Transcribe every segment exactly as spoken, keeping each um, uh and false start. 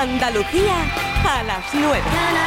Andalucía a las nueve.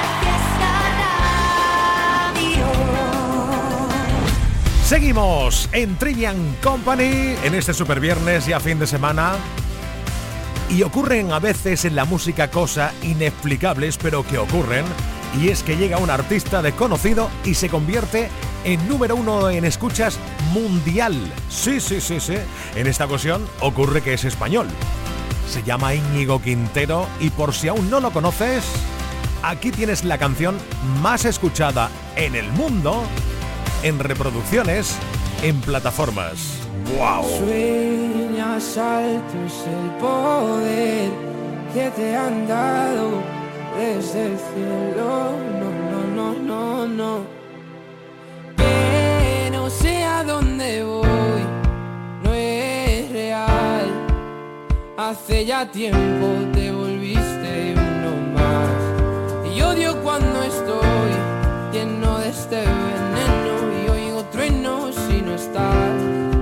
Seguimos en Trivian Company en este super viernes y a fin de semana. Y ocurren a veces en la música cosas inexplicables, pero que ocurren. Y es que llega un artista desconocido y se convierte en número uno en escuchas mundial. Sí, sí, sí, sí. En esta ocasión ocurre que es español. Se llama Íñigo Quintero y por si aún no lo conoces, aquí tienes la canción más escuchada en el mundo, en reproducciones, en plataformas. ¡Wow! Sueñas alto es el poder que te han dado desde el cielo. No, no, no, no, no. Que no sé a dónde voy, no es real. Hace ya tiempo te volviste uno más. Y odio cuando estoy lleno de este veneno y oigo truenos si no estás.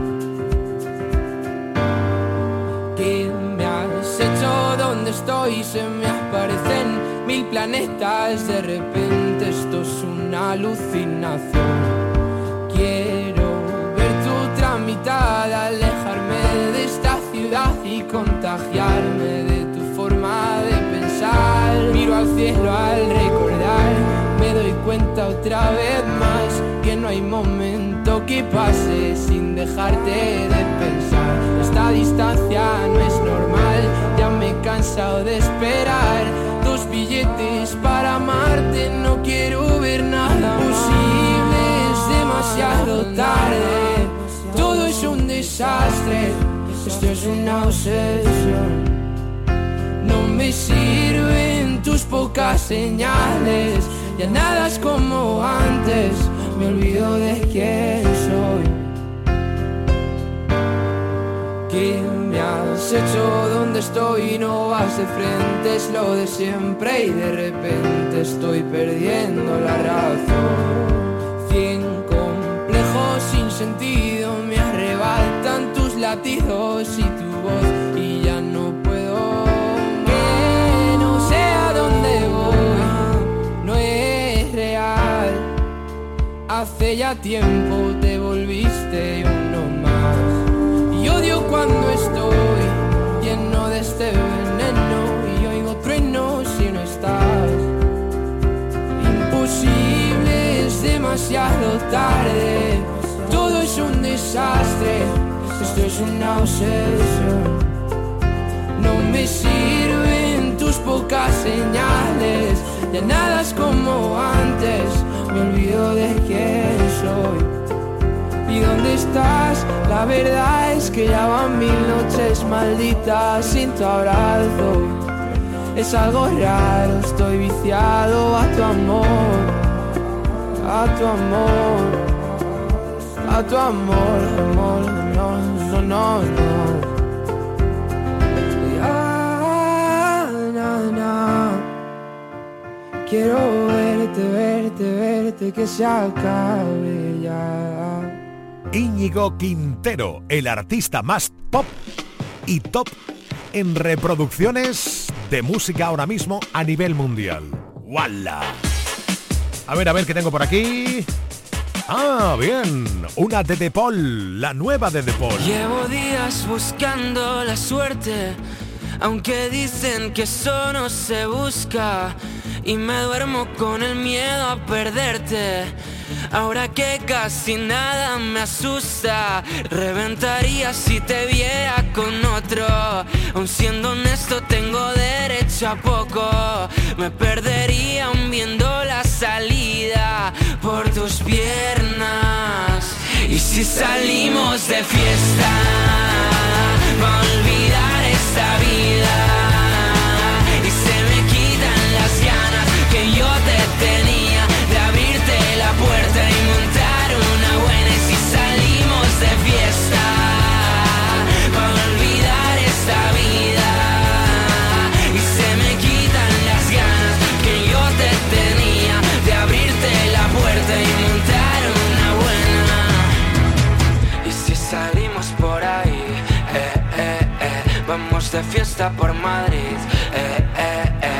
¿Qué me has hecho? ¿Dónde estoy? Se me aparecen mil planetas. De repente esto es una alucinación. Quiero ver tu tramitada, alejarme de esta ciudad y contagiarme de tu forma de pensar. Miro al cielo al recordar, me doy cuenta otra vez más que no hay momento que pase sin dejarte de pensar. Esta distancia no es normal, ya me he cansado de esperar. Dos billetes para amarte, no quiero ver nada posible, es demasiado tarde. Todo es un desastre, esto es una obsesión. No me sirven tus pocas señales, ya nada es como antes, me olvido de quién soy. ¿Qué me has hecho? ¿Dónde estoy? No vas de frente, es lo de siempre y de repente estoy perdiendo la razón. Cien complejos sin sentido me arrebatan tus latidos y tu voz y ya no puedo. Que no sé a dónde voy, no es real. Hace ya tiempo te volviste uno más. Y odio cuando estoy lleno de este veneno y oigo truenos si no estás. Imposible, es demasiado tarde. Todo es un desastre, esto es una obsesión. No me sirven tus pocas señales, ya nada es como antes, me olvido de quién soy. ¿Y dónde estás? La verdad es que ya van mil noches malditas sin tu abrazo. Es algo raro, estoy viciado a tu amor, a tu amor, a tu amor, amor, no, no, no, no. Ya, no, no. Quiero verte, verte, verte, que se acabe ya. Íñigo Quintero, el artista más pop y top en reproducciones de música ahora mismo a nivel mundial. ¡Wala! A ver, a ver qué tengo por aquí. Ah, bien, una de De Paul, la nueva de De Paul. Llevo días buscando la suerte, aunque dicen que eso no se busca, y me duermo con el miedo a perderte. Ahora que casi nada me asusta, reventaría si te viera con otro. Aun siendo honesto tengo derecho a poco, me perdería aún viendo la salida por tus piernas. Y si salimos de fiesta, va a olvidar esta vida, y se me quitan las ganas que yo te tenía de abrirte la puerta y montar una buena. Y si salimos de fiesta, va a olvidar esta vida, y se me quitan las ganas que yo te tenía de abrirte la puerta y montar una buena. Y si salimos por ahí, eh, eh, eh, vamos de fiesta por Madrid, eh, eh, eh.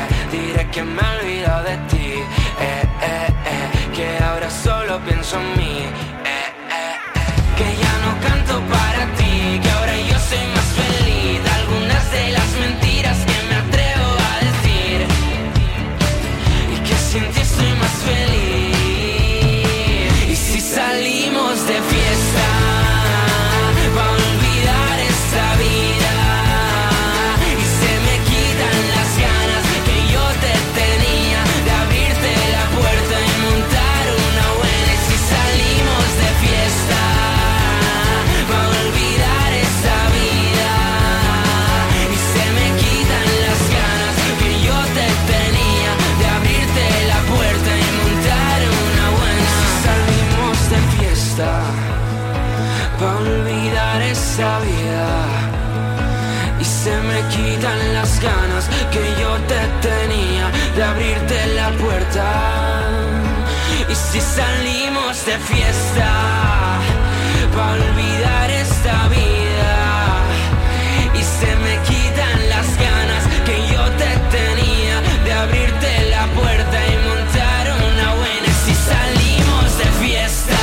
que me he olvidado de ti, eh, eh, eh, que ahora solo pienso en mí, eh, eh, eh, que ya no canto para ti, que ahora yo soy más feliz, algunas de las mentiras que me atrevo a decir, y que sin ti estoy más feliz. Y si salimos de fiesta pa' olvidar esta vida y se me quitan las ganas que yo te tenía de abrirte la puerta y montar una buena. Y si salimos de fiesta pa' olvidar esta vida y se me quitan las ganas que yo te tenía de abrirte la puerta y montar una buena. Si salimos de fiesta pa' olvidar esa vida y se me quitan las ganas que yo te tenía de abrirte la puerta. Y si salimos de fiesta pa' olvidar esta vida y se me quitan las ganas que yo te tenía de abrirte la puerta y montar una buena. Y si salimos de fiesta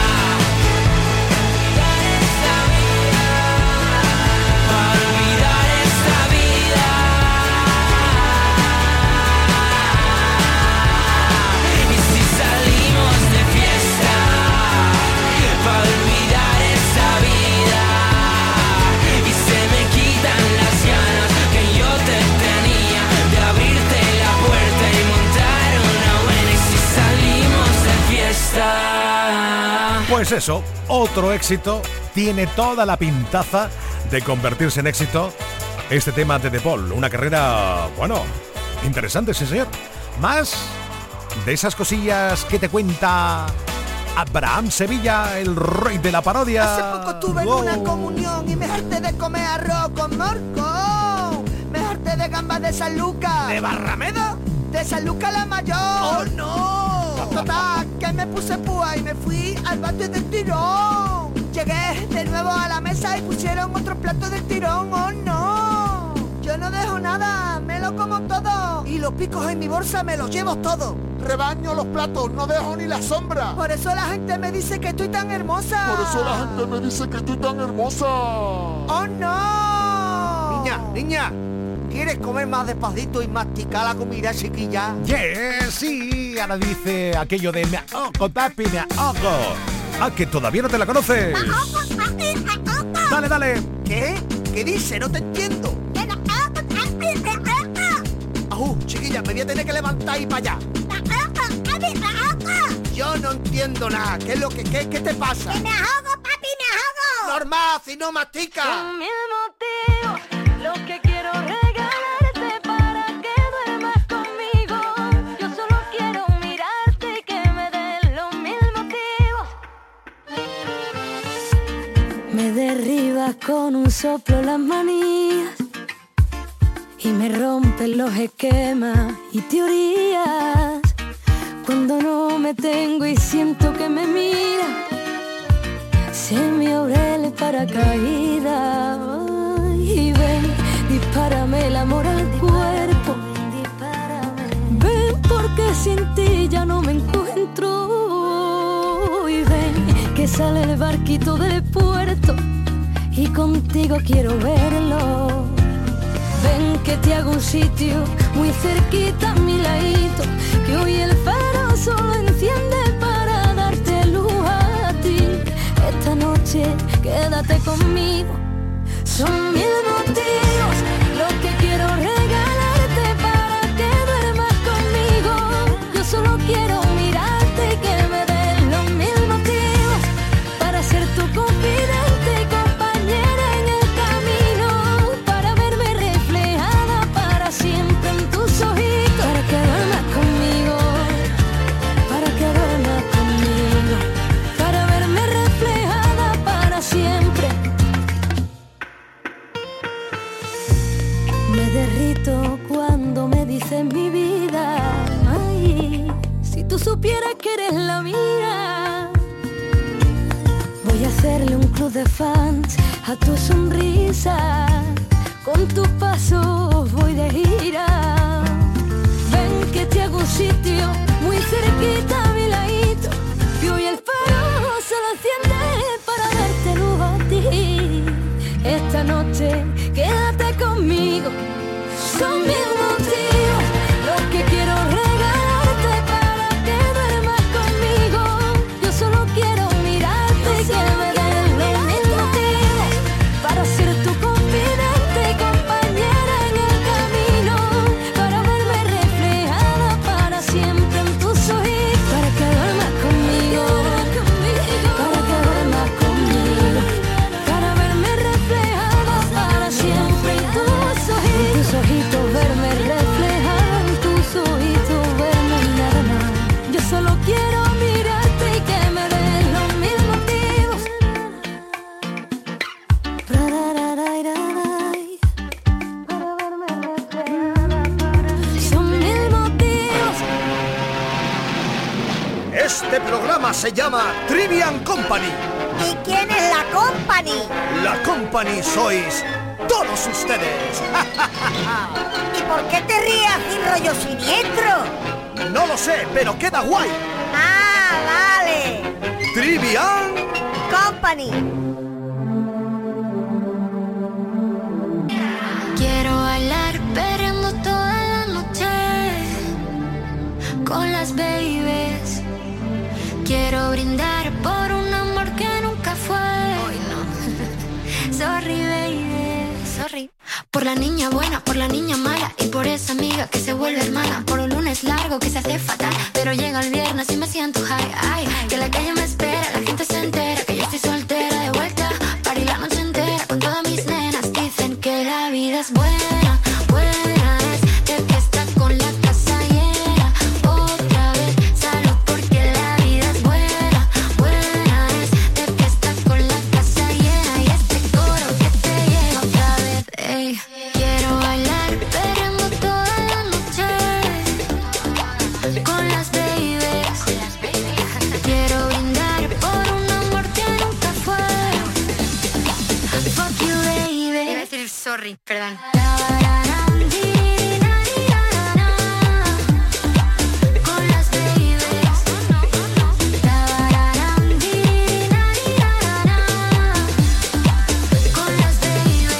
Pues eso, otro éxito, tiene toda la pintaza de convertirse en éxito este tema de The Paul. Una carrera, bueno, interesante, sí señor. Más de esas cosillas que te cuenta Abraham Sevilla, el rey de la parodia. Hace poco estuve oh. en una comunión y me harté de comer arroz con morco. Me harté de gambas de San Lucas. ¿De Barrameda? De San Lucas la Mayor. ¡Oh, no! Total, que me puse púa y me fui al bate del tirón. Llegué de nuevo a la mesa y pusieron otro plato del tirón. ¡Oh, no! Yo no dejo nada, me lo como todo. Y los picos en mi bolsa me los llevo todos. Rebaño los platos, no dejo ni la sombra. Por eso la gente me dice que estoy tan hermosa. Por eso la gente me dice que estoy tan hermosa. ¡Oh, no! Niña, niña, ¿quieres comer más despacito y masticar la comida, chiquilla? Yeah, sí, ahora dice aquello de me ahogo, papi, me ahogo. Ah, que todavía no te la conoces. Dale, dale. ¿Qué? ¿Qué dice? No te entiendo. Ajú, chiquilla, me voy a tener que levantar y para allá. Yo no entiendo nada. ¿Qué es lo que qué, qué te pasa? ¡Me ahogo, papi, me ahogo! Normal, si no mastica. Son mil motivos lo que quiero regalarte para que duermas conmigo. Yo solo quiero mirarte y que me des los mil motivos. Me derribas con un soplo las manías y me rompes los esquemas y teorías. Cuando no me tengo y siento que me mira, se me abre el paracaídas. Y ven, dispárame el amor al cuerpo. Ven porque sin ti ya no me encuentro. Y ven que sale el barquito del puerto y contigo quiero verlo. Ven que te hago un sitio muy cerquita a mi ladito, que hoy el faro solo enciende para darte luz a ti. Esta noche quédate conmigo. Son mil motivos lo que quiero regalarte para que duermas conmigo. Yo solo quiero mirarte y que me des los mil motivos para ser tu confidente y compañera en el camino, para verme reflejada para siempre en tus ojitos, para que duermas conmigo, para que duermas conmigo, para verme reflejada para siempre. Me derrito cuando me dices mi vida. Ay, si tú supieras que eres la mía. Voy a hacerle un club de fans a tu sonrisa. Con tus pasos voy de gira. Ven Este programa se llama Trivian Company. ¿Y quién es la company? La Company sois todos ustedes. ¿Y por qué te ríes así rollo siniestro? No lo sé, pero queda guay. Ah, vale. Trivian Company. Quiero bailar perreando toda la noche con las babies. Quiero brindar por un amor que nunca fue. Hoy no. Sorry, baby. Sorry. Por la niña buena, por la niña mala y por esa amiga que se vuelve hermana. Por un lunes largo que se hace fatal, pero llega el viernes y me siento high. Ay, que la calle me espera, la gente se entera que yo estoy soltera de vuelta. Party la noche entera con todas mis nenas. Dicen que la vida es buena, buena es de fiesta con la casa llena. Otra vez salud porque la vida es buena, buena es de fiesta con la casa llena. Y este coro que te llega otra vez, ey. Quiero bailar perreando toda la noche con las babies. Quiero brindar por un amor que nunca fue. Fuck you, baby. Iba a decir sorry, perdón. Con las babies. Con las babies.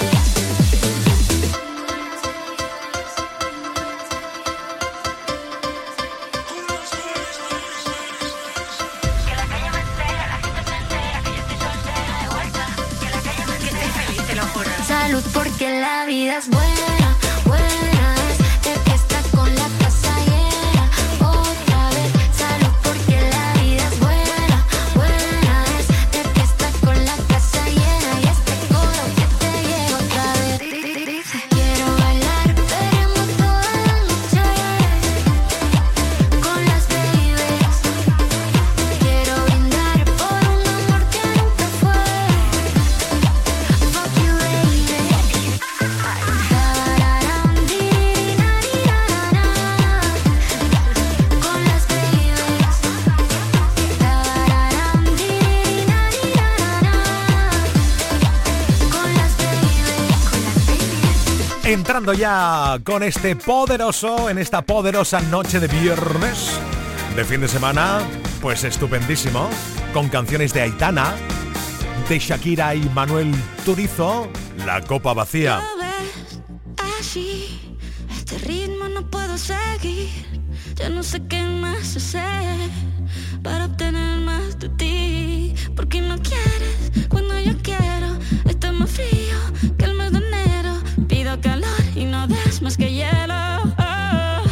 Que la calle me espera, la gente se entera que yo estoy soltera de vuelta. Que la calle me espera, que estoy feliz, te lo juro. Salud porque la vida es buena, buena es de fiesta con la casa llena. Otra vez, salud porque la vida es buena, buena es de fiesta con la casa llena. Y este coro que te llega otra vez, dice: quiero bailar perreando toda la noche con las babies. Quiero brindar por un amor que nunca fue. Fuck you, baby. Con las babies. Con las babies. Entrando ya con este poderoso, en esta poderosa noche de viernes, de fin de semana, pues estupendísimo, con canciones de Aitana, de Shakira y Manuel Turizo, La Copa Vacía. Lo ves así, este ritmo no puedo seguir. Ya no sé qué más hacer para obtener más de ti. Porque no quieres cuando yo quiero. Está más frío que el mes de enero. Pido calor y no des más que hielo. Oh.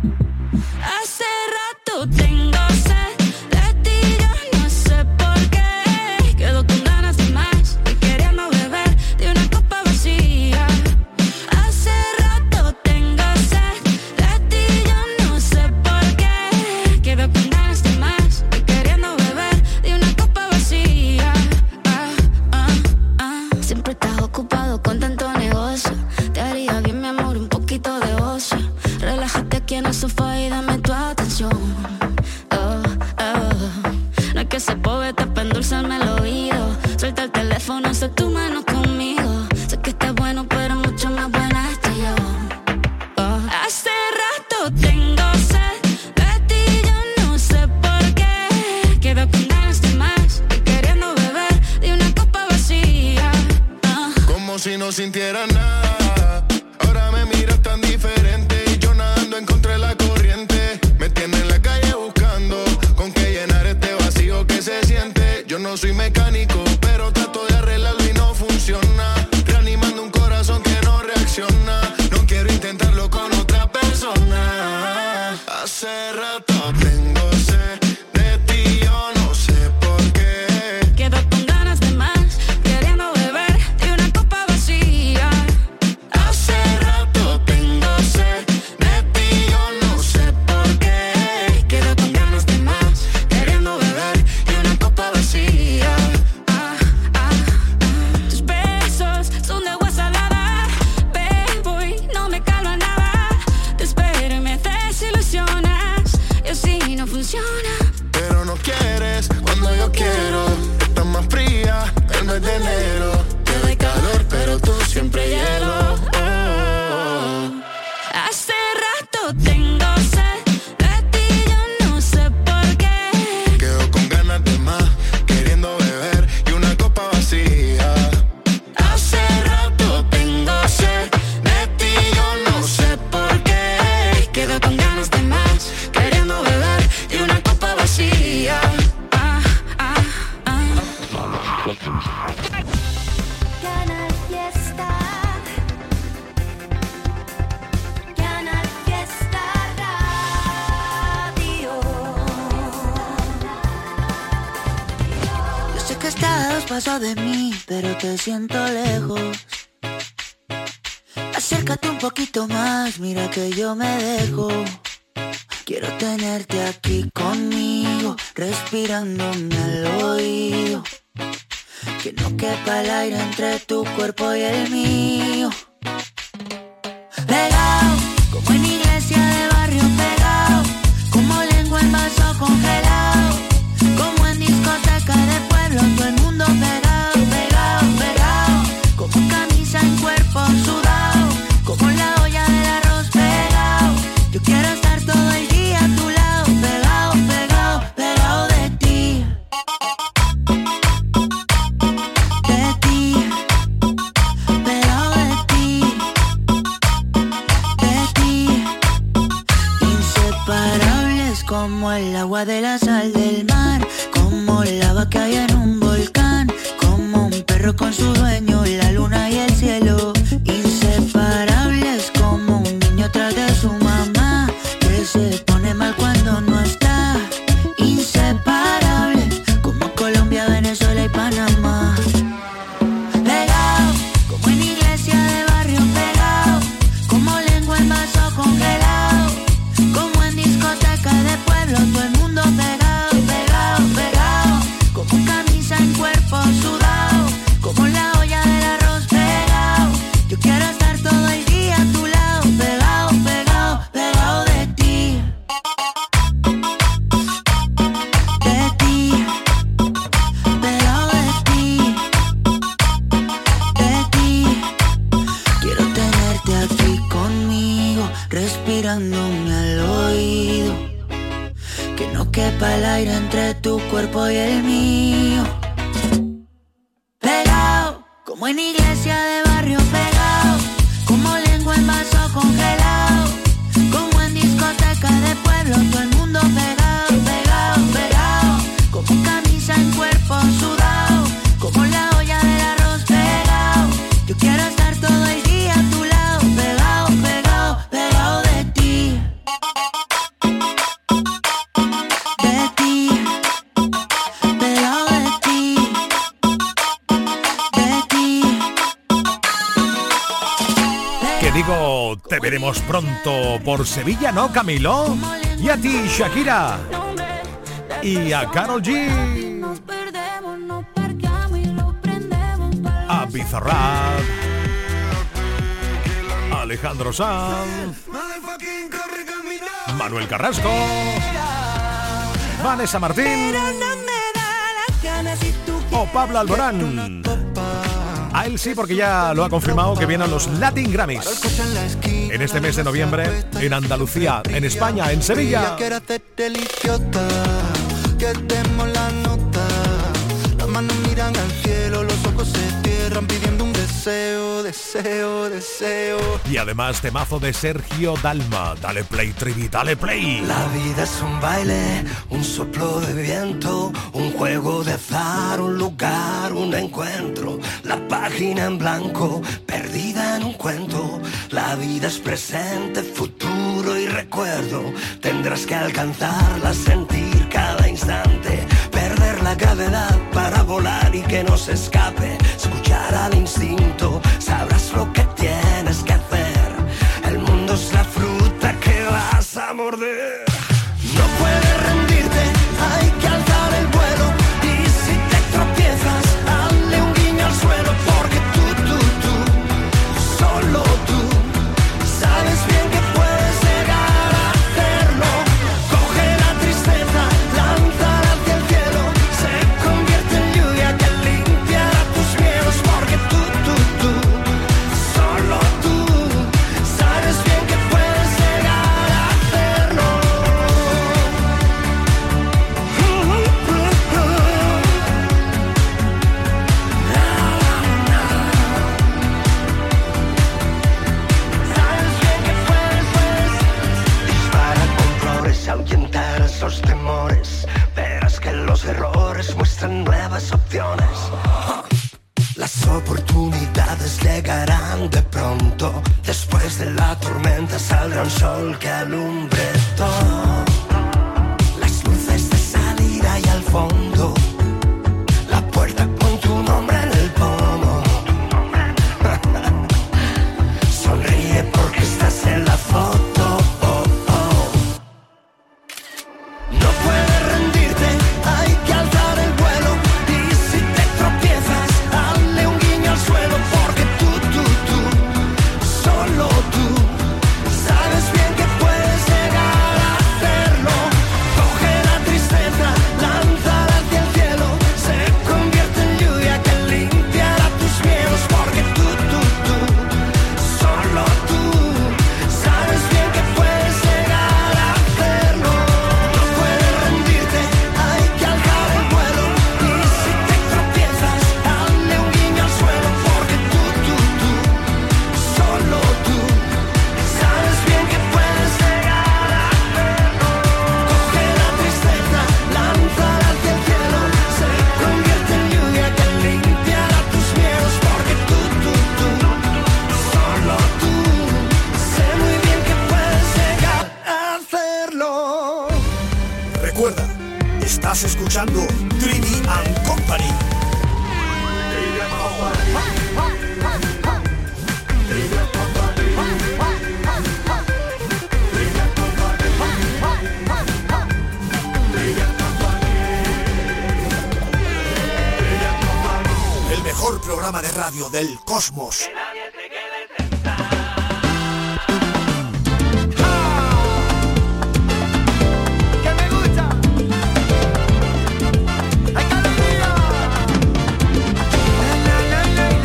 Hace rato tengo sed de ti, yo no sé por qué. Quedo con ganas de más y queriendo beber de una copa vacía. Hace rato tengo sed de ti, yo no sé por qué. Quedo con ganas de más y queriendo beber de una copa vacía. Ah, ah, ah. Siempre estás ocupado con tanto negocio. Te haría bien, mi amor, un poquito de ocio. Relájate aquí en el sofá y dame tu atención. Oh, oh. No hay que ser poeta para endulzarme el oído. Suelta el teléfono, sé tu mano conmigo. Sé que estás bueno, pero mucho más buena estoy yo. Oh. Hace rato tengo sed de ti, yo no sé por qué. Quedo con ganas de más y queriendo beber de una copa vacía. Oh. Como si no sintiera nada. Ahora me miras tan diferente y yo nadando en contra de la corriente. Me tiene en la calle buscando con qué llenar este vacío que se siente. Yo no soy mecánico, pero trato de arreglarlo y no funciona. Reanimando un corazón que no reacciona. No quiero intentarlo con otra persona. Hace rato tengo sed de ti, yo no sé por qué. Quedo con ganas de más, queriendo beber de una copa vacía. Hace rato tengo sed de ti, yo no sé por qué. Quedo con ganas de más, queriendo beber de una copa vacía. Ah, ah, ah. Tus besos son de agua salada. Bebo y no me calma nada. Te espero y me desilusionas. pasos de mí, pero te siento lejos. Acércate un poquito más, mira que yo me dejo. Quiero tenerte aquí conmigo, respirándome al oído. Que no quepa el aire entre tu cuerpo y el mío. Pegado, como en iglesia de barrio pegado. Como lengua en vaso congelado. Como en discoteca de pueblo, todo el mundo pegado, pegado, pegado. Como camisa en cuerpo sudado. Como la olla del arroz pegado. Yo quiero estar todo el día a tu lado. Pegado, pegado, pegado de ti. De ti. Pegado de ti. De ti. Inseparables como el agua de la sal del mar. Como lava que hay en un volcán. Como un perro con su dueño, la luna y el cielo. Inseparables como un niño tras de su mamá, que se pone mal cuando no está. Inseparables como Colombia, Venezuela y Panamá. Pegado, como en iglesia de barrio pegado. Como lengua en vaso congelado. Como en discoteca de pueblo, todo el mundo pegado, pegado, pegado. Como camisa en cuerpo sudado. Como la olla del arroz pegado. Yo quiero estar todo el día a tu lado. Pegado, pegado, pegado de ti. De ti. Pegado de ti. De ti. Quiero tenerte aquí conmigo, respirándome al oído. Que no quepa el aire entre tu cuerpo y el mío. Pegado, como en iglesia de barrio pegado. Como lengua en vaso congelado. Como en discoteca de pueblo, todo el mundo pegado, pegado, pegado. Como camisa en cuerpo sudado. Como la olla del arroz pegado. Yo quiero estar todo el día a tu lado. Pegado, pegado, pegado de ti. De ti. Pegado de ti. De ti. Que digo, te veremos pronto por Sevilla, ¿no, Camilo? Y a ti, Shakira. Y a Karol G. Nos perdemos, nos parqueamos y lo prendemos para A Bizarrap. Alejandro Sanz. Manuel Carrasco. Vanessa Martín. O Pablo Alborán. A él sí, porque ya lo ha confirmado que vienen los Latin Grammys en este mes de noviembre, en Andalucía, en España, en Sevilla. Quiero hacerte el idiota, que demos la nota. Las manos miran al cielo, los ojos se cierran pidiendo un deseo, deseo, deseo. Y además temazo de Sergio Dalma. Dale play, Trivi, dale play. La vida es un baile, un soplo de viento, un juego de azar, un lugar, un encuentro. La página en blanco, perdida en un cuento. La vida es presente, futuro y recuerdo. Tendrás que alcanzarla, sentir cada instante. Perder la gravedad para volar y que no se escape. Escuchar al instinto, sabrás lo que tienes que hacer. El mundo es la fruta que vas a morder. No puedes rendirte, hay que alzar el vuelo. Y si te tropiezas, hazle un guiño al suelo. Porque tú, tú, tú, solo tú, sabes bien que puedes llegar a hacerlo. Coge la tristeza, lánzala hacia el cielo. Se convierte en lluvia que limpiará tus miedos. Porque tú, tú, tú, solo tú, sabes bien que puedes llegar a hacerlo. Sabes bien que puedes, puedes. Dispara con flores, ahuyentar esos temores. Verás que los errores muestran nuevas opciones. Las oportunidades llegarán de pronto. Después de la tormenta saldrá un sol que alumbre todo. Las luces de salida y al fondo. La puerta con tu en la foto. Oh, oh. No puedes rendirte, hay que alzar el vuelo. Y si te tropiezas, hazle un guiño al suelo. Porque tú, tú, tú, solo tú, sabes bien que puedes llegar a hacerlo. Coge la tristeza, lánzala hacia el cielo. Se convierte en lluvia que limpiará tus miedos. Porque tú, tú, tú, solo tú, sabes bien que puedes llegar a hacerlo. No puedes rendirte, hay que alzar el vuelo. Y si te tropiezas, dale un guiño al suelo. Porque tú, tú, tú, solo tú, sabes bien que puedes llegar a hacerlo. Coge la tristeza, lánzala hacia el cielo. Se convierte en lluvia que limpiará tus miedos. Porque tú, tú, tú, solo tú, sé muy bien que puedes llegar a hacerlo. Recuerda, estás escuchando Trini and Company. El mejor programa de radio del cosmos. ¡Que me gusta! ¡Ay, qué alegría! La, la, la, la,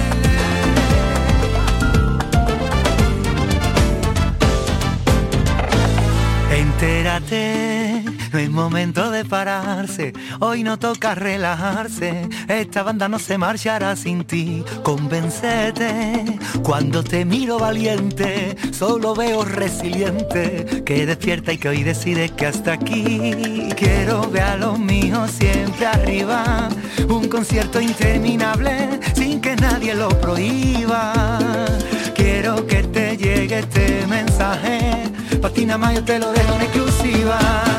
la. Entérate, no es momento de pararse, hoy no toca relajarse, esta banda no se marchará sin ti, convéncete, cuando te miro valiente, solo veo resiliente, que despierta y que hoy decide que hasta aquí, quiero ver a los míos siempre arriba, un concierto interminable, sin que nadie lo prohíba, quiero que te llegue este mensaje, pa' ti nada más yo te lo dejo en exclusiva.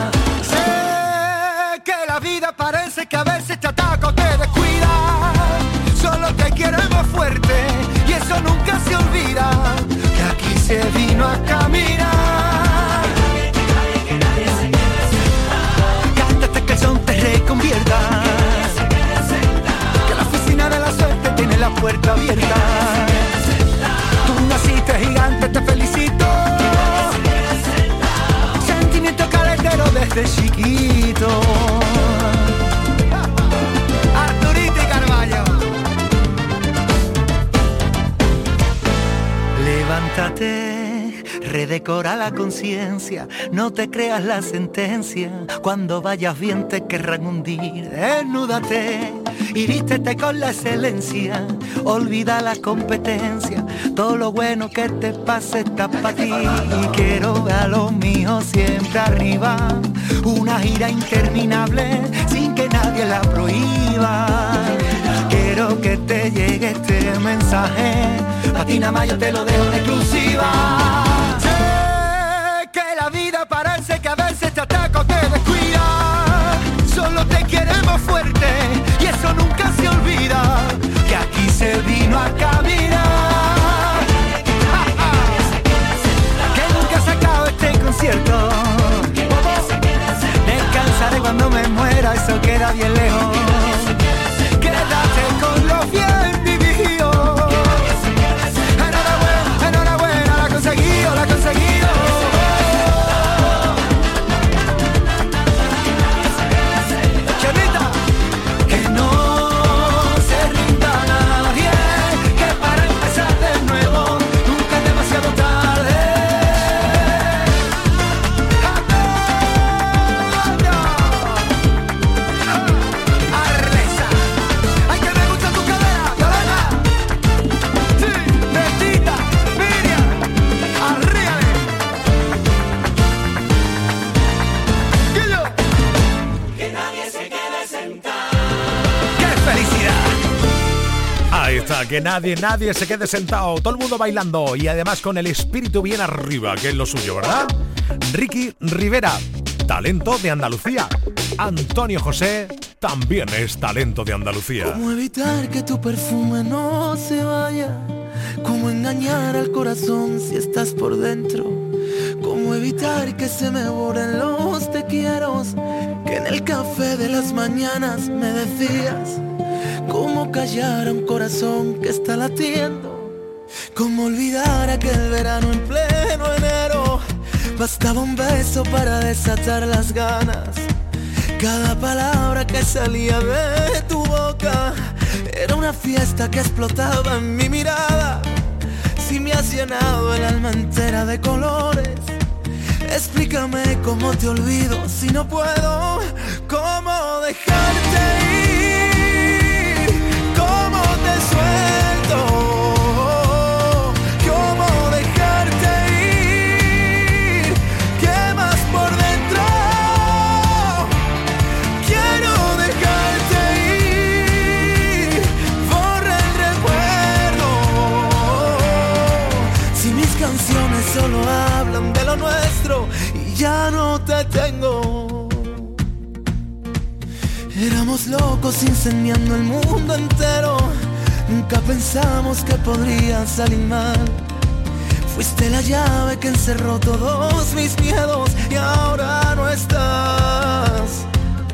Sé que la vida parece que a veces te ataca o te descuida. Solo te queremos fuerte y eso nunca se olvida. Que aquí se vino a caminar. Que nadie se quede sentado. Cántate que el son te reconvierta. Que la oficina de la suerte tiene la puerta abierta. Tú naciste gigante, te felicito. Sentimiento calentero desde chiquito. Arturito y Carvalho. Levántate, redecora la conciencia, no te creas la sentencia, cuando vayas bien te querrán hundir, desnúdate y vístete con la excelencia, olvida la competencia, todo lo bueno que te pase está para ti, y quiero ver a los míos siempre arriba, una gira interminable, sin que nadie la prohíba, quiero que te llegue este mensaje, a ti nada más yo te lo dejo en exclusiva. Sé que la vida parece que a veces te ataca o te descuida. Solo te queremos fuerte y eso nunca se olvida. Que aquí se vino a caminar. Que nunca se acaba este concierto. Descansaré cuando me muera, eso queda bien lejos. Quédate con lo bien vivido. Enhorabuena, enhorabuena, la he conseguido, la he conseguido. Chavita, que no se rinda nadie, que para empezar de nuevo nunca es demasiado tarde. Arresa, ay que me gusta tu cadera, cadena. Sí, Betita, Miriam, arríale. Guillo. Que nadie se quede sentado. ¡Qué felicidad! Ahí está, que nadie, nadie se quede sentado, todo el mundo bailando y además con el espíritu bien arriba, que es lo suyo, ¿verdad? Ricky Rivera, talento de Andalucía. Antonio José también es talento de Andalucía. ¿Cómo evitar que tu perfume no se vaya? cómo engañar al corazón si estás por dentro, cómo evitar que se me borren los te quieros que en el café de las mañanas me decías, cómo callar a un corazón que está latiendo, cómo olvidar aquel verano en pleno enero, bastaba un beso para desatar las ganas, cada palabra que salía de tu boca era una fiesta que explotaba en mi mirada. Si me has llenado el alma entera de colores, explícame cómo te olvido si no puedo, cómo dejarte ir, cómo te suelto, cómo dejarte ir, quemas por dentro, quiero dejarte ir, borra el recuerdo, si mis canciones solo hablan de lo nuestro y ya no te tengo. Éramos locos incendiando el mundo entero, nunca pensamos que podría salir mal. Fuiste la llave que encerró todos mis miedos y ahora no estás.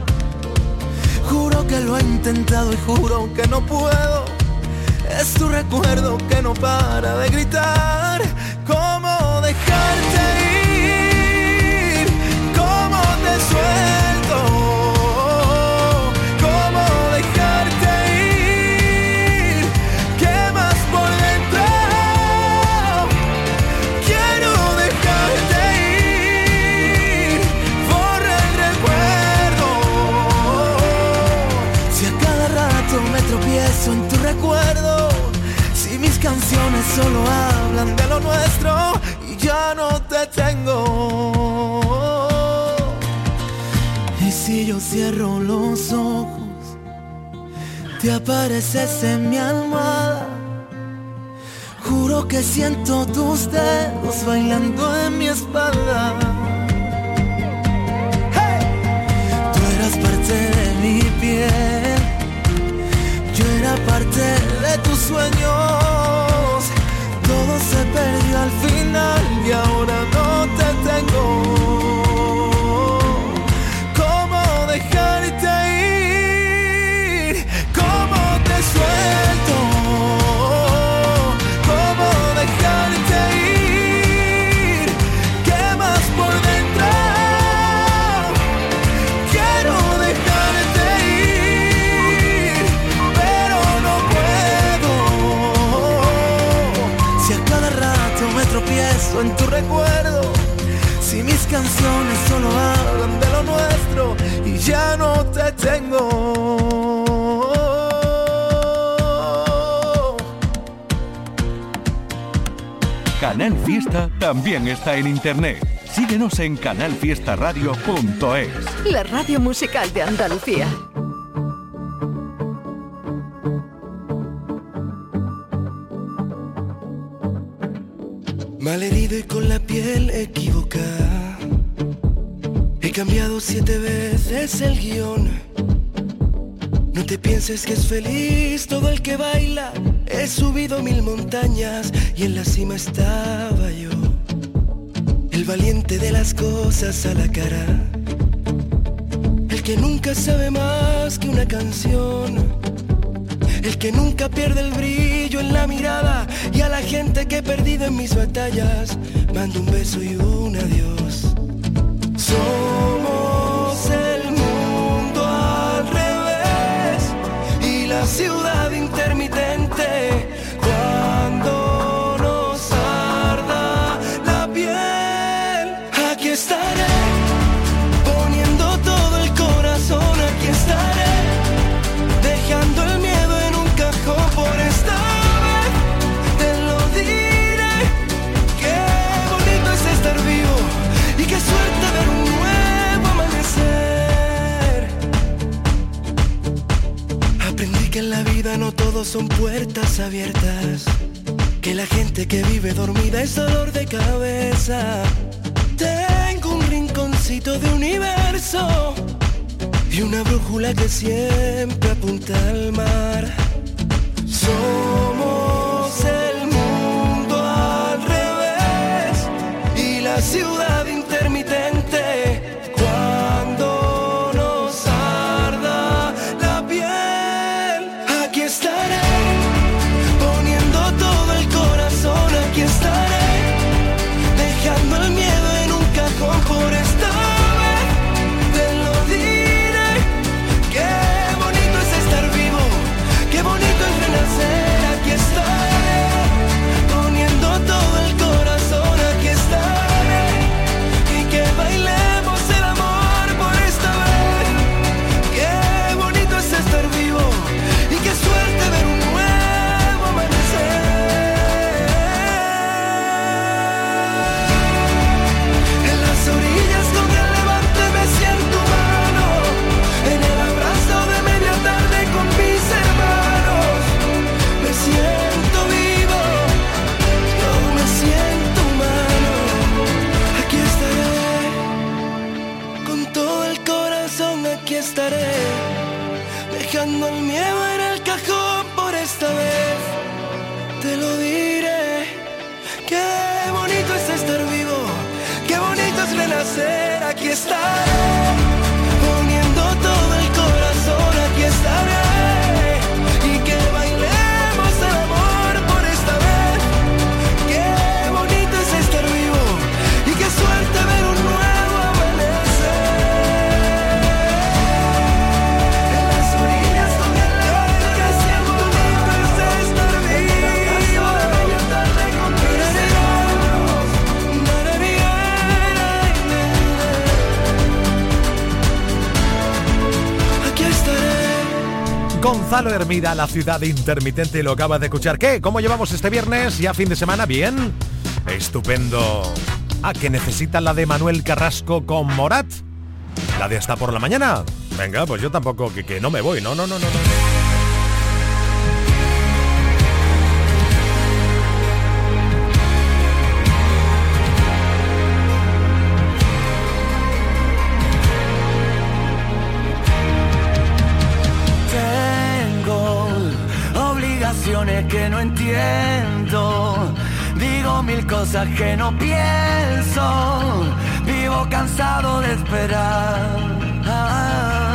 Juro que lo he intentado y juro que no puedo. Es tu recuerdo que no para de gritar. ¿Cómo dejarte ir? ¿Cómo te suelto? ¿Cómo dejarte ir? ¿Quemas por dentro? Quiero dejarte ir. Borra el recuerdo. Si a cada rato me tropiezo en tu recuerdo, si mis canciones solo hablan de lo nuestro y ya no te tengo. Y si yo cierro los ojos, te apareces en mi almohada. Juro que siento tus dedos bailando en mi espalda. ¡Hey! Tú eras parte de mi piel, yo era parte de tus sueños. Todo se perdió al final y ahora no te tengo. ¿Cómo dejarte ir? ¿Cómo te suelto? ¿Cómo dejarte ir? ¿Quemas por dentro? Quiero dejarte ir, pero no puedo. Si a cada rato me tropiezo en tu recuerdo, si mis canciones solo hablan de lo nuestro y ya no te tengo. Canal Fiesta también está en internet. Síguenos en canal fiesta radio punto es. La radio musical de Andalucía. Malherido y con la piel equivocada, he cambiado siete veces el guión. No te pienses que es feliz todo el que baila. He subido mil montañas y en la cima estaba yo, el valiente de las cosas a la cara, el que nunca sabe más que una canción, el que nunca pierde el brillo en la mirada, y a la gente que he perdido en mis batallas mando un beso y un adiós. Somos el mundo al revés y la ciudad intermitente. Cuando nos arda la piel, aquí estaré poniendo todo el corazón, aquí estaré dejando el miedo en un cajón. Por esta vez te lo diré, qué bonito es estar vivo y qué suerte ver un nuevo amanecer. Aprendí que en la vida no todos son puertas abiertas, que la gente que vive dormida es dolor de cabeza. Tengo un rinconcito de universo y una brújula que siempre apunta al mar. Somos el mundo la ciudad intermitente. Cuando nos arda la piel, aquí estaré, poniendo todo el corazón, aquí estaré, dejando el miedo en un cajón por esta vez. Te lo diré, qué bonito es estar vivo, qué bonito es renacer, aquí estaré, poniendo todo el corazón, aquí estaré, y que bailemos el amor por esta vez. Qué bonito es estar vivo, y qué suerte ver un nuevo amanecer. En las orillas con el levante me siento humano, en el abrazo de media tarde con mis hermanos. Me siento vivo, yo me siento humano. Aquí estaré, con todo el corazón, aquí estaré, dejando el miedo en el cajón por esta vez. Te lo diré, qué bonito es estar vivo, qué bonito es renacer, aquí estaré, poniendo todo el corazón, aquí estaré, y que bailemos el amor por esta vez. Qué bonito es estar vivo, y qué suerte ver un nuevo amanecer. En las orillas con el levante que siento bonito es estar vivo, de media tarde con mis hermanos. Aquí estaré. Gonzalo Hermida, la ciudad intermitente, lo acabas de escuchar. ¿Qué? ¿Cómo llevamos este viernes? ¿Ya fin de semana? ¿Bien? Estupendo. Ah, que necesitan la de Manuel Carrasco con Morat. La de hasta por la mañana. Venga, pues yo tampoco, que, que no me voy. No, no, no, no, no. Tengo obligaciones que no entiendo, digo mil cosas que no pienso, vivo cansado de esperar. Ah,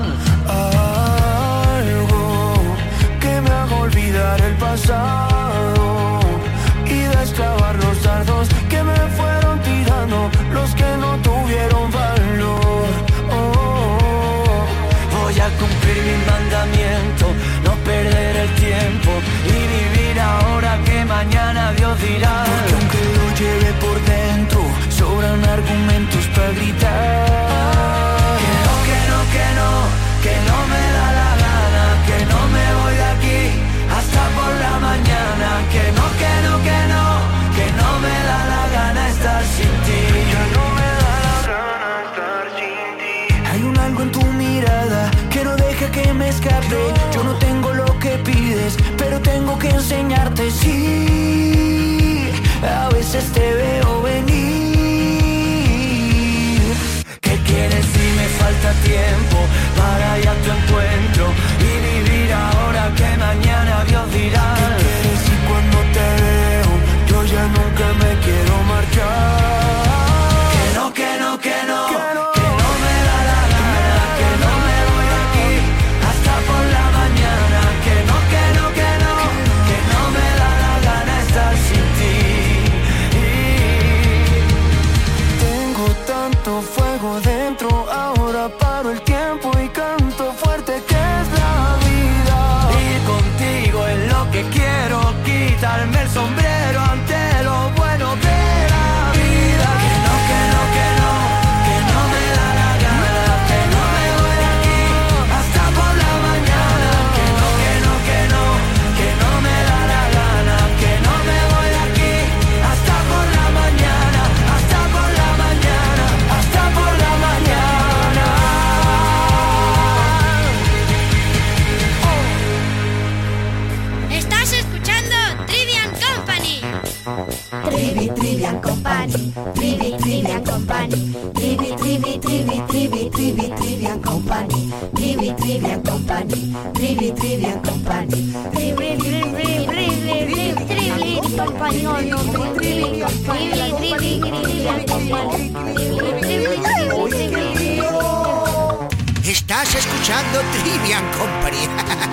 algo que me haga olvidar el pasado y destrabar los dardos que me fueron tirando los que no tuvieron valor. Oh, voy a cumplir mi mandamiento, no perder el tiempo y vivir ahora que mañana Dios dirá. Porque aunque lo lleve por dentro, sobran argumentos para gritar. Que no, que no, que no, que no me da la gana, que no me voy de aquí hasta por la mañana. Que no, que no, que no, que no me da la gana estar sin ti. Que no me da la gana estar sin ti. Hay un algo en tu mirada que no deja que me escape. Yo no tengo lo que pides, pero tengo que enseñarte. Sí, a veces te veo venir. ¿Qué quieres si me falta tiempo para ir a tu encuentro y vivir ahora que mañana Dios dirá? ¿Qué quieres si cuando te veo yo ya nunca me quiero marchar? Que no, que no, que no, que no, que no me da la gana, que no me voy de aquí hasta por la mañana. Que no, que no, que no, que no me da la gana estar sin ti. Tengo tanto fuego dentro, ahora paro el tiempo y canto fuerte que es la vida. Ir contigo es lo que quiero, quitarme el sombrero ante lo bueno de la vida. Que no, que no, que no, que no me da la gana, que no me voy de aquí hasta por la mañana. Que no, que no, que no, que no me da la gana, que no me voy de aquí hasta por la mañana, hasta por la mañana, hasta por la mañana. Estás escuchando Trivian Company. Trivi, Trivian Company, Trivi, Trivian Company, Trivi, Trivi, Trivi, Trivi, Trivi, Trivian Company, Trivi, Trivian Company, Trivi, Trivian Company, Trivi, Trivi, Trivi, Trivi, Trivi, Company, Trivian Estás escuchando Trivian Company.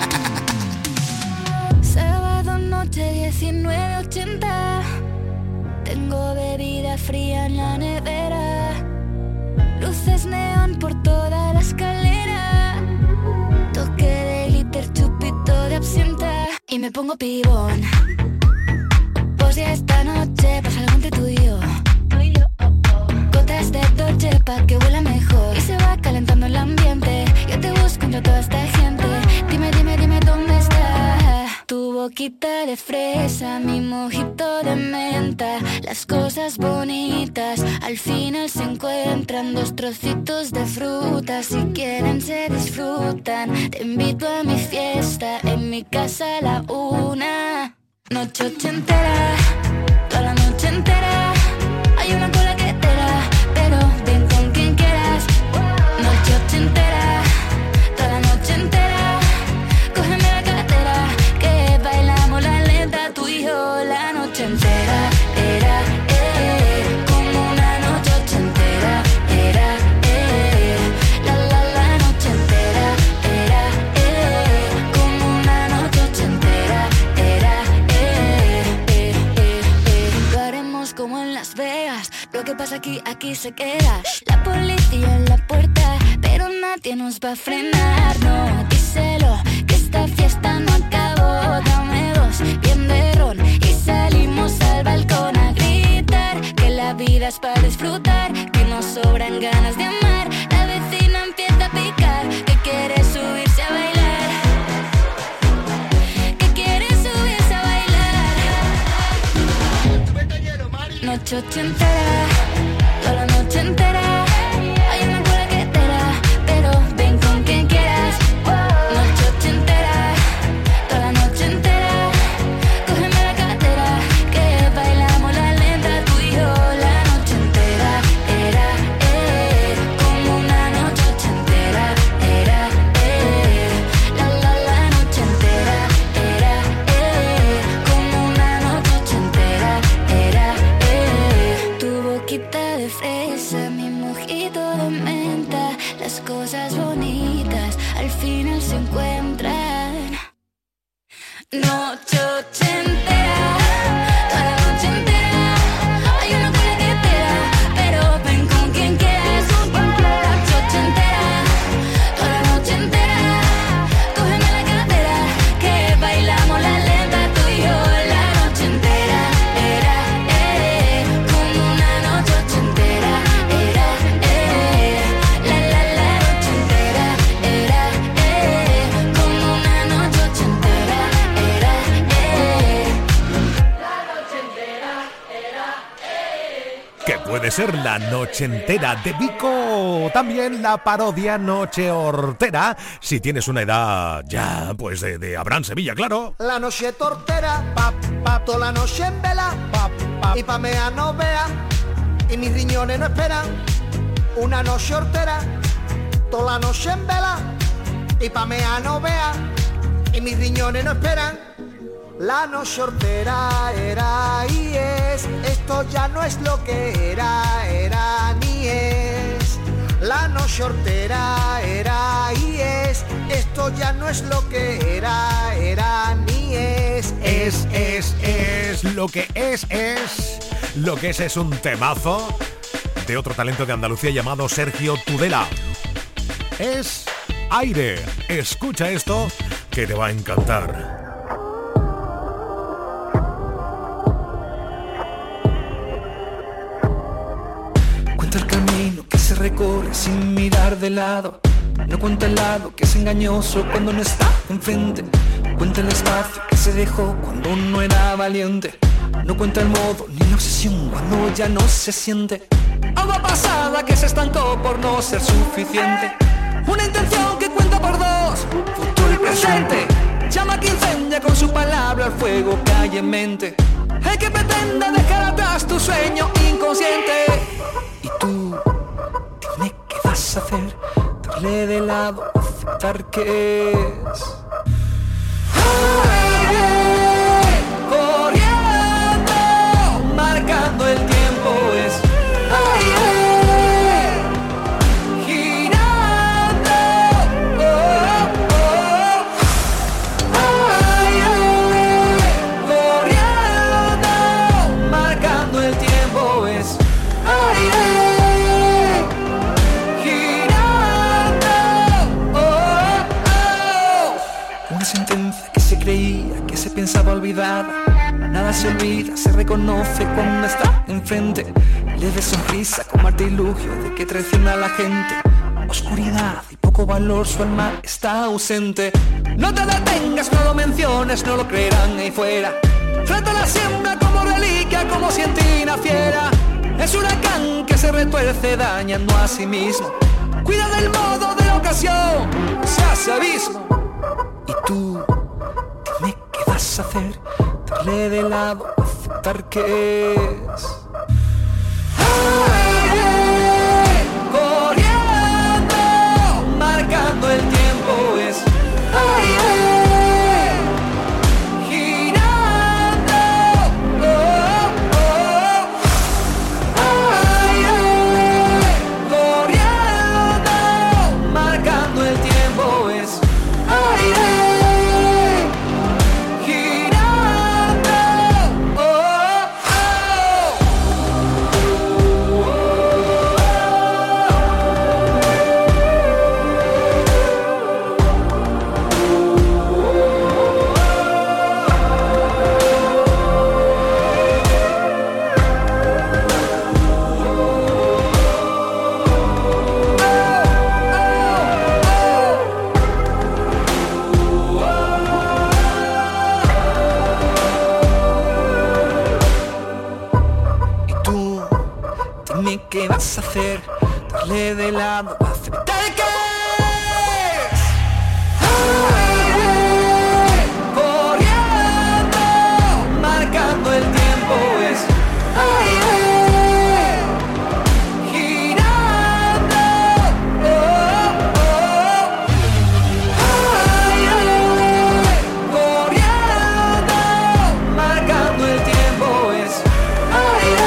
Sábado noche diecinueve ochenta. Tengo bebida fría en la nevera. Luces neón por toda la escalera. Toque de glitter, chupito de absenta. Y me pongo pibón. Pues ya esta noche pasa algo entre tú y yo. Gotas de Dolce pa' que huela mejor. Y se va calentando el ambiente. Yo te busco entre toda esta gente. Dime, dime, dime dónde está. Tu boquita de fresa, mi mojito de menta. Las cosas bonitas al final se encuentran. Dos trocitos de fruta, si quieren se disfrutan. Te invito a mi fiesta, en mi casa a la una. Noche ochentera, toda la noche entera. Hay una cola que te da, pero ven con quien quieras. Noche ochentera, toda la noche entera. Cógeme la cartera, que bailamos la lenta. Tú y yo la noche entera. Era, eh, como una noche ochentera. Era, eh, la la la noche entera. Era, eh, como una noche ochentera. Era, eh, eh, eh, eh. Lo haremos como en Las Vegas. Lo que pasa aquí, aquí se queda. La policía en la puerta, pero nadie nos va a frenar. No, díselo, que esta fiesta no acabó. Dame dos, bien de ron, y salimos al balcón a gritar. Que la vida es para disfrutar, que nos sobran ganas de amar. La vecina empieza a picar, que quiere subirse a bailar. Que quiere subirse a bailar. Noche ochentera, toda la noche entera. Hay una cola que te da, pero ven con quien quieras. Noche ochentera, toda la noche entera. Cógeme la cartera, que bailamos la lenta. Tú y yo la noche entera. Era, eh, como una noche ochentera. Era, eh, la la la noche entera. Era, eh, como una noche ochentera. Era, eh, tu boquita de fresa, mi mojito de menta. Las cosas bonitas al final se encuentran. Noche ochentera, toda la noche entera. Hay una cola que te da, pero ven con quien quieras. Noche ochentera, toda la noche entera. Cógeme la cartera, que bailamos la lenta. Tú y yo la noche entera. Era, eh, como una noche ochentera. Era, eh, la la la noche entera. Era, eh, como una noche ochentera. Era, eh, la noche entera. Era, eh. Que puede ser la noche entera de Vico, también la parodia Noche Hortera, si tienes una edad ya, pues de, de Abraham Sevilla, claro. La noche tortera, pap, pap, toda la noche en vela, pap, pap, y pa' mea no vea, y mis riñones no esperan. Una noche hortera, toda la noche en vela, y pa' mea no vea, y mis riñones no esperan. La noche hortera era y es, esto ya no es lo que era, era ni es. La noche hortera era y es, esto ya no es lo que era, era ni es. Es, es, es, lo que es, es, lo que es es un temazo de otro talento de Andalucía llamado Sergio Tudela. Es Aire, escucha esto que te va a encantar. Cuenta el camino que se recorre sin mirar de lado. No cuenta el lado que es engañoso cuando no está enfrente. Cuenta el espacio que se dejó cuando no era valiente. No cuenta el modo ni la obsesión cuando ya no se siente. Agua pasada que se estancó por no ser suficiente. Una intención que cuenta por dos, futuro y presente. Llama que incendia con su palabra el fuego que hay en mente. El que pretende dejar atrás tu sueño inconsciente. Y tú, dime qué vas a hacer. Darle de lado, aceptar que es aire, corriendo, marcando el tiempo. se olvida, se reconoce cuando está enfrente. Leve sonrisa como artilugio de que traiciona a la gente. Oscuridad y poco valor, su alma está ausente. No te detengas, no lo menciones, no lo creerán ahí fuera. Frente a la siembra como reliquia, como si en ti naciera. Es un huracán que se retuerce dañando a sí mismo. Cuida del modo de la ocasión, se hace abismo. Y tú, dime qué vas a hacer. Darle de lado, aceptar que es. Ay, corriendo, marcando el tiempo es. Ay, ay, girando, oh, oh. Ay, ay, corriendo, marcando el tiempo es. Ay, ay. ¿Qué vas a hacer? Darle de lado, aceptar que es. Ay, corriendo, marcando el tiempo es. Ay, ay, girando, oh, oh. Ay, ay, corriendo, marcando el tiempo es. Ay, ay.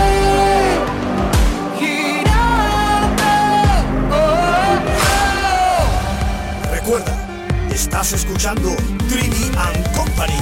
Estás escuchando Trini and Company.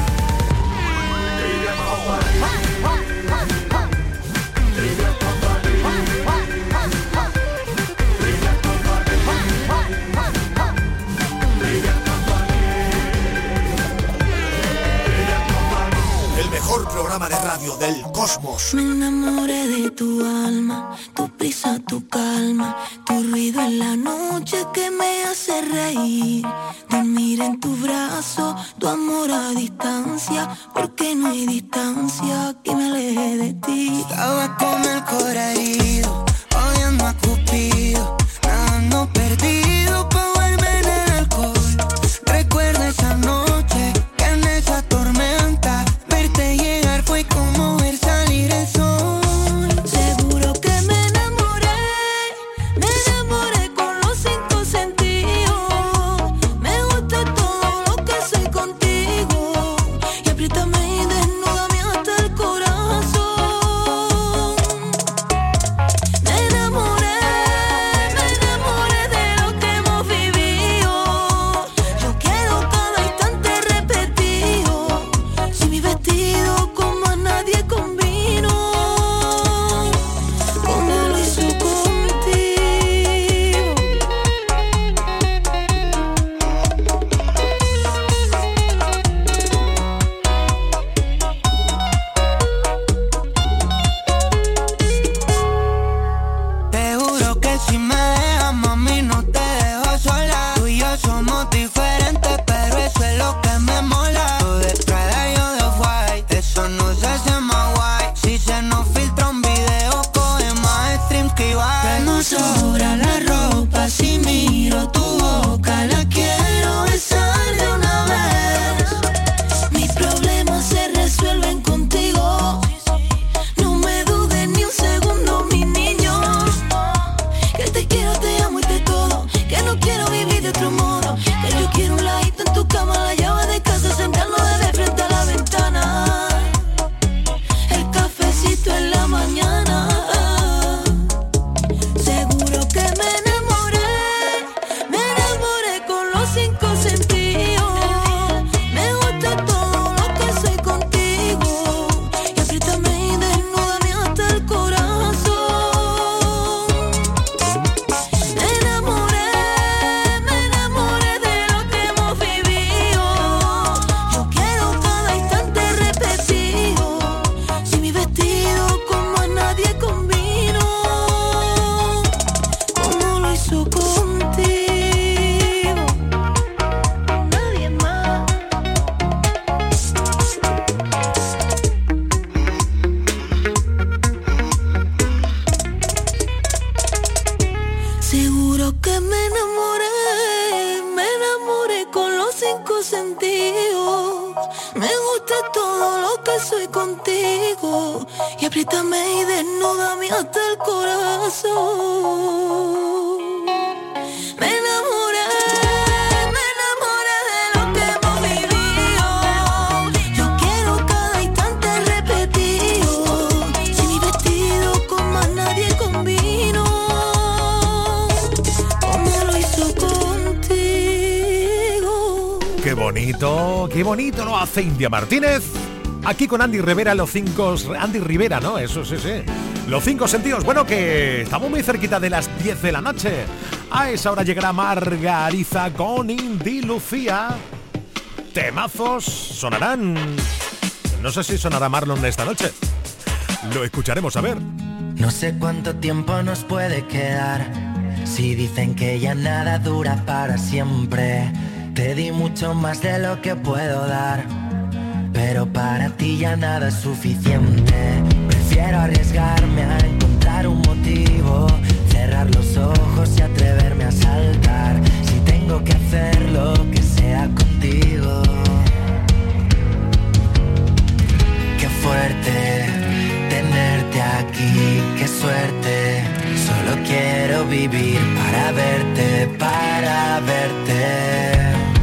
El mejor programa de radio del cosmos. Me enamoré de tu alma, tu prisa, tu calma, tu ruido en la noche que me hace reír. Dormir en tu brazo, tu amor a distancia, porque no hay distancia que me aleje de ti. Estaba con el corazón herido, odiando a Cupido, nadando perdido pa' volver en el alcohol. Recuerdo esa noche, que en esa tormenta, verte llegar fue como ver salir el sol. Seguro que me enamoré, me enamoré con los cinco sentidos. Me gusta todo lo que soy contigo, y apriétame y desnúdame hasta el corazón. Me enamoré, me enamoré de lo que hemos vivido. Yo quiero cada instante repetido, si mi vestido con más nadie combino, como lo hizo contigo. Te juro que si me dejas, mami, no te dejo sola. Tú y yo somos diferentes, pero eso es lo que me mola. Tú de Prada, yo de Off-White, eso nos hace más guay. Si se nos filtra un video, coge más streams que Ibai. Ya no sobra la ropa, si miro tu boca, la quiero besar de una vez. Mis problemas se resuelven contigo, no me dudes ni un segundo, mi niño. Que te quiero, te amo y te todo, que no quiero vivir de otro modo. Que yo quiero un ladito en tu cama, la llave de casa, sentarnos de frente a la ventana. El cafecito en la mañana. Seguro que me lo que me enamoré, me enamoré con los cinco sentidos. Me gusta todo lo que soy contigo. Y apriétame y desnúdame hasta el corazón. Me enamoré, me enamoré de lo que hemos vivido. Yo quiero cada instante repetido. Si mi vestido con más nadie combino, como lo hizo contigo. Qué bonito, qué bonito lo hace India Martínez. Aquí con Andy Rivera, los cinco... Andy Rivera, ¿no? Eso, sí, sí. Los cinco sentidos. Bueno, que estamos muy cerquita de las diez de la noche. A esa hora llegará Margariza con Indy Lucía. Temazos sonarán. No sé si sonará Marlon esta noche. Lo escucharemos a ver. No sé cuánto tiempo nos puede quedar. Si dicen que ya nada dura para siempre. Te di mucho más de lo que puedo dar, pero para ti ya nada es suficiente. Prefiero arriesgarme a encontrar un motivo, cerrar los ojos y atreverme a saltar. Si tengo que hacerlo, que sea contigo. Qué fuerte tenerte aquí, qué suerte. Solo quiero vivir para verte, para verte.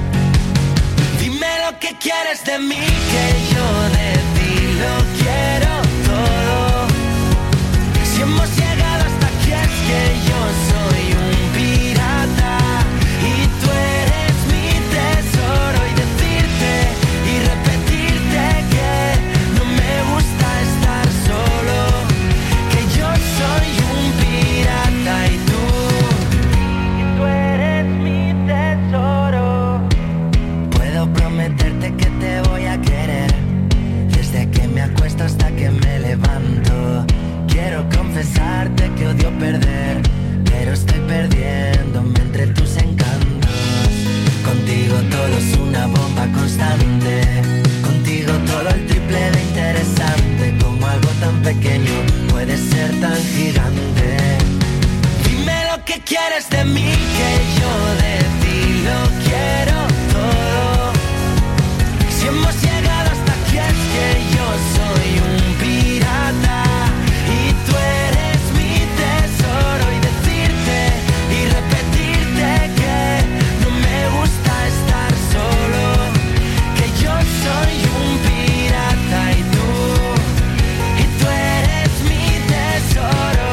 ¿Qué quieres de mí? Que yo de ti lo quiero todo. Si hemos llegado hasta aquí es que yo soy un pirata y tú eres mi tesoro. Y decirte y repetirte que no me gusta estar solo, que yo soy un pirata y tú, y tú eres mi tesoro. Puedo prometerte que te voy a querer desde que me acuesto hasta que me levanto. Quiero confesarte que odio perder, pero estoy perdiéndome entre tus encantos. Contigo todo es una bomba constante. Contigo todo el triple de interesante. Como algo tan pequeño puede ser tan gigante. Dime lo que quieres de mí, que yo de ti lo quiero todo. Si hemos llegado hasta aquí es que yo soy un pirata y tú eres mi tesoro. Y decirte y repetirte que no me gusta estar solo, que yo soy un pirata y tú, y tú eres mi tesoro.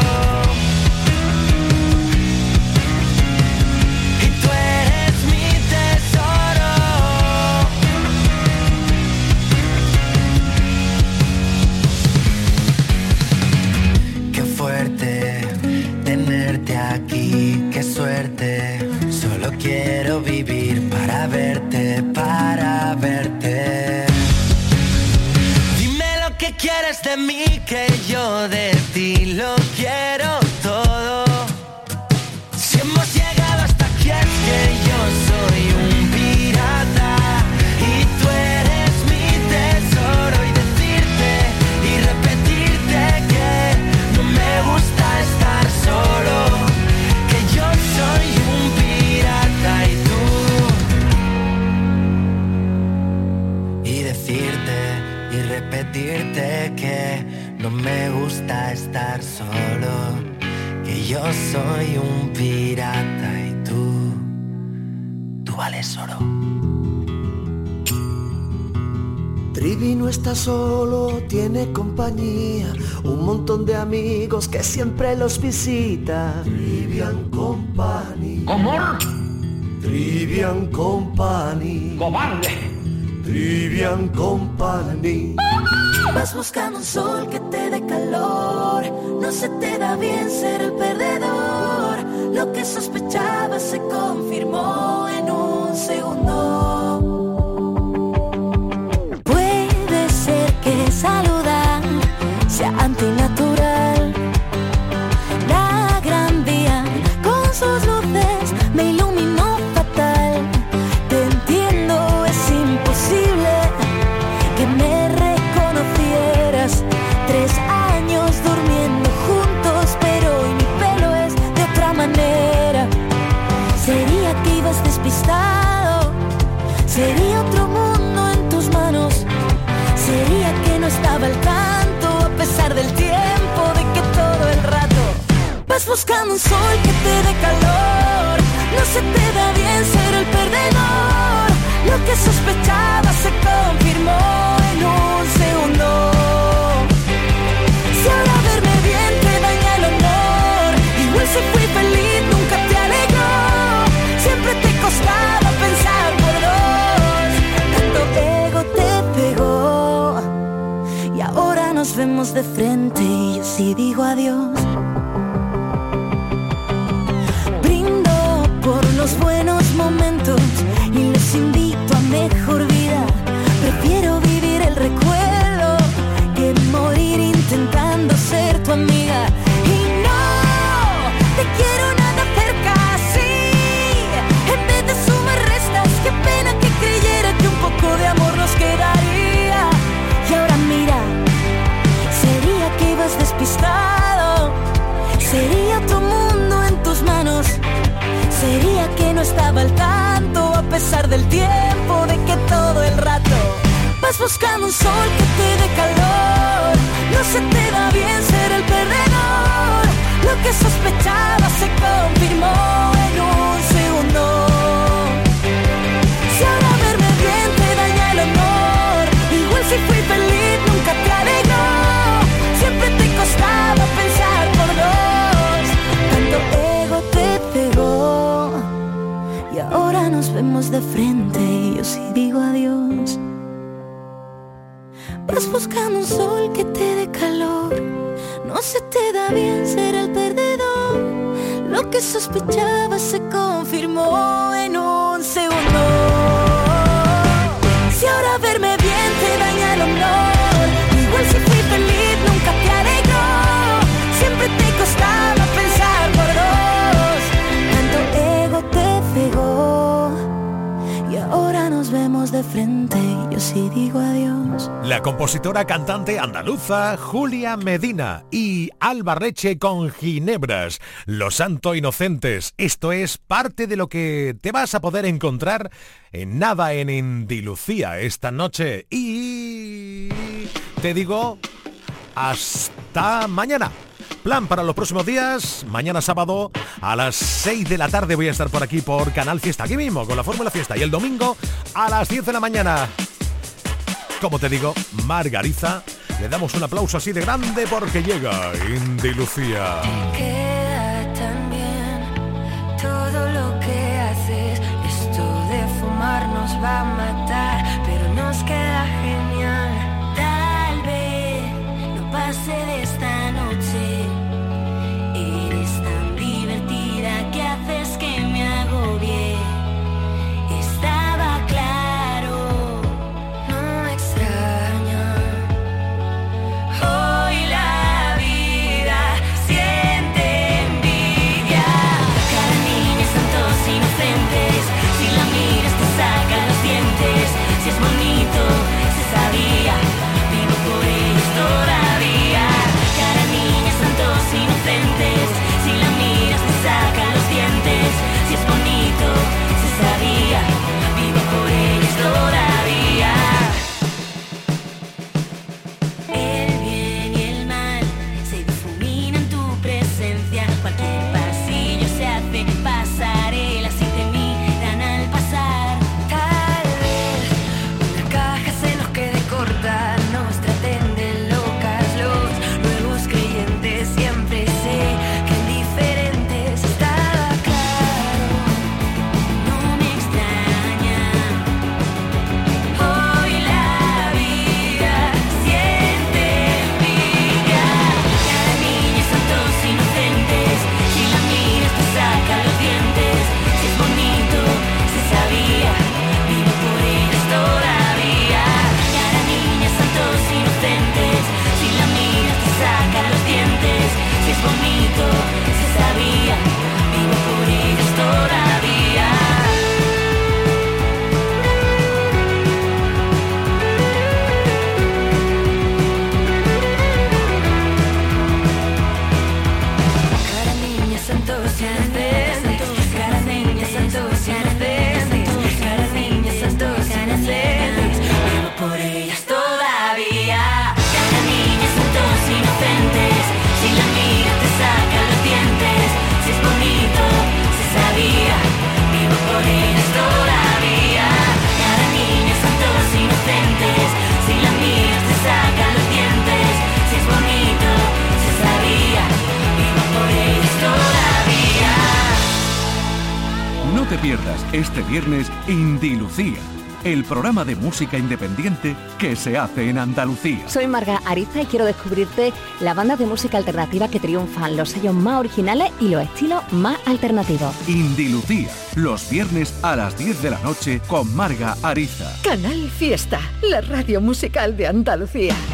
Y tú eres mi tesoro. Qué fuerte tenerte aquí, qué suerte. Solo quiero vivir para verte, para verte. Dime lo que quieres de mí, que yo de ti lo quiero todo. Si hemos llegado hasta aquí es que yo soy un pirata y tú eres mi tesoro. Y decirte y repetirte que no me gusta estar solo, que yo soy un pirata y tú. Y decirte y repetirte que no me gusta estar solo, que yo soy un pirata y tú, tú vales oro. Trivi no está solo, tiene compañía, un montón de amigos que siempre los visita. Trivian Company. ¿Cómo? Trivian Company. ¡Cobarde! Trivian Company. Vas buscando un sol que te dé calor, no se te da bien ser el perdedor. Lo que sospechabas se confirmó en un segundo. Puede ser que saludar sea antinatural. La gran vía con sus luces me iluminó fatal. Te entiendo, es imposible que me reconocieras. Tres años durmiendo juntos, pero hoy mi pelo es de otra manera. Vas buscando un sol que te dé calor. No se te da bien ser el perdedor. Lo que sospechabas se confirmó en un segundo. Si ahora verme bien te daña el honor, igual si fui feliz nunca te alegró. Siempre te costaba pensar por dos, tanto ego te pegó. Y ahora nos vemos de frente y yo sí digo adiós. Brindo por los buenos momentos y les invito a mejor vida. Prefiero vivir el recuerdo que morir intentando ser tu amiga. Y no te quiero nada cerca, sí. En vez de sumar restas, qué pena que creyera que un poco de amor nos quedaría. Y ahora mira, sería que ibas despistado, sería otro mundo en tus manos, sería que no estaba al tanto a pesar del tiempo de que todo el rato vas buscando un sol que te dé calor. No se te da bien ser el perdedor. Lo que sospechaba se confirmó en un segundo. Si ahora verme bien te daña el honor, igual si fui feliz nunca te alegró. Siempre te costaba pensar por dos, tanto ego te pegó. Y ahora nos vemos de frente y yo sí digo adiós. Vas buscando un sol que te dé calor. No se te da bien ser el perdedor. Lo que sospechabas se confirmó en un segundo. Si ahora verme bien te daña el honor, igual si fui feliz nunca te alegró. Siempre te costaba pensar por dos, tanto ego te pegó. Y ahora nos vemos de frente y yo sí digo adiós. La compositora cantante andaluza Julia Medina y Alba Reche con Ginebras, Los Santos Inocentes. Esto es parte de lo que te vas a poder encontrar en Nada en Andalucía esta noche. Y te digo, hasta mañana. Plan para los próximos días: mañana sábado a las seis de la tarde voy a estar por aquí por Canal Fiesta, aquí mismo con la Fórmula Fiesta, y el domingo a las diez de la mañana, como te digo, Margariza. Le damos un aplauso así de grande porque llega Andalucía. Queda tan bien todo lo que haces. Esto de fumar nos va a matar, pero nos queda genial. Tal vez no pase de esta noche. Eres tan divertida que haces que me agobie. Estaba claro, no me extraña. Hoy la vida siente te pierdas este viernes Indie Lucía, el programa de música independiente que se hace en Andalucía. Soy Marga Ariza y quiero descubrirte las bandas de música alternativa que triunfan, los sellos más originales y los estilos más alternativos. Indie Lucía, los viernes a las diez de la noche con Marga Ariza. Canal Fiesta, la radio musical de Andalucía.